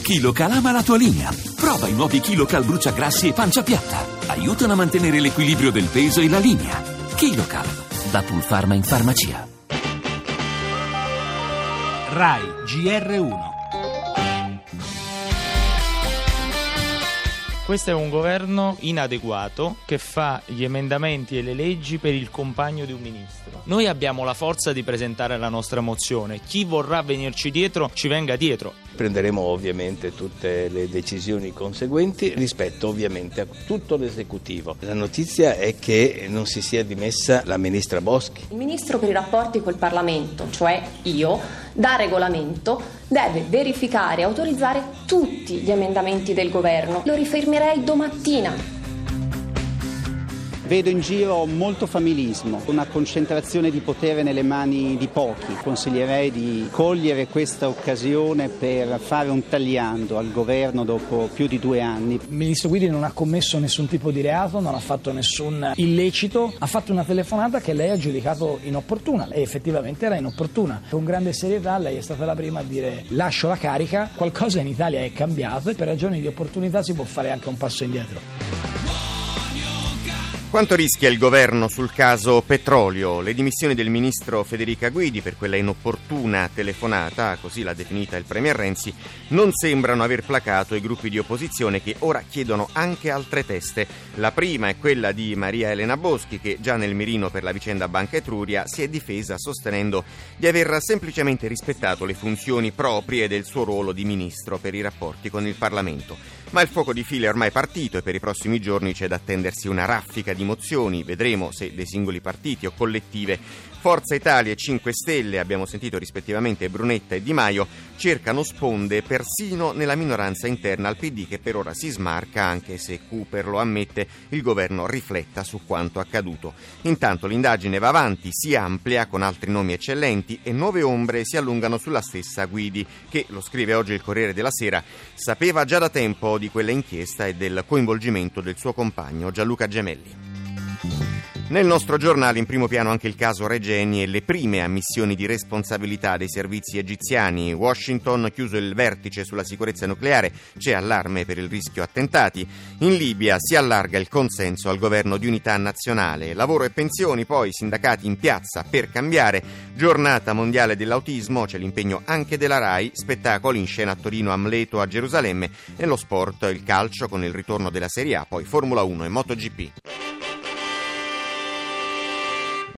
KiloCal ama la tua linea. Prova i nuovi KiloCal bruciagrassi e pancia piatta. Aiutano a mantenere l'equilibrio del peso e la linea. KiloCal, da Pulpharma in farmacia. Rai GR1. Questo è un governo inadeguato che fa gli emendamenti e le leggi per il compagno di un ministro. Noi abbiamo la forza di presentare la nostra mozione. Chi vorrà venirci dietro, ci venga dietro. Prenderemo ovviamente tutte le decisioni conseguenti rispetto ovviamente a tutto l'esecutivo. La notizia è che non si sia dimessa la ministra Boschi. Il ministro per i rapporti col Parlamento, cioè io, da regolamento deve verificare e autorizzare tutti gli emendamenti del governo. Lo rifermerei domattina. Vedo in giro molto familismo, una concentrazione di potere nelle mani di pochi. Consiglierei di cogliere questa occasione per fare un tagliando al governo dopo più di 2 anni. Il ministro Guidi non ha commesso nessun tipo di reato, non ha fatto nessun illecito, ha fatto una telefonata che lei ha giudicato inopportuna e effettivamente era inopportuna. Con grande serietà lei è stata la prima a dire lascio la carica, qualcosa in Italia è cambiato e per ragioni di opportunità si può fare anche un passo indietro. Quanto rischia il governo sul caso petrolio? Le dimissioni del ministro Federica Guidi per quella inopportuna telefonata, così l'ha definita il premier Renzi, non sembrano aver placato i gruppi di opposizione che ora chiedono anche altre teste. La prima è quella di Maria Elena Boschi che già nel mirino per la vicenda Banca Etruria si è difesa sostenendo di aver semplicemente rispettato le funzioni proprie del suo ruolo di ministro per i rapporti con il Parlamento. Ma il fuoco di fila è ormai partito e per i prossimi giorni c'è da attendersi una raffica di mozioni, vedremo se dei singoli partiti o collettive. Forza Italia e 5 Stelle, abbiamo sentito rispettivamente Brunetta e Di Maio, cercano sponde persino nella minoranza interna al PD che per ora si smarca, anche se Cooper lo ammette, il governo rifletta su quanto accaduto. Intanto l'indagine va avanti, si amplia con altri nomi eccellenti e nuove ombre si allungano sulla stessa Guidi che, lo scrive oggi il Corriere della Sera, sapeva già da tempo di quella inchiesta e del coinvolgimento del suo compagno Gianluca Gemelli. Nel nostro giornale in primo piano anche il caso Regeni e le prime ammissioni di responsabilità dei servizi egiziani. Washington chiuso il vertice sulla sicurezza nucleare, c'è allarme per il rischio attentati. In Libia si allarga il consenso al governo di unità nazionale. Lavoro e pensioni, poi sindacati in piazza per cambiare. Giornata mondiale dell'autismo, c'è l'impegno anche della RAI, spettacoli in scena a Torino, Amleto, a Gerusalemme e lo sport, il calcio con il ritorno della Serie A, poi Formula 1 e MotoGP.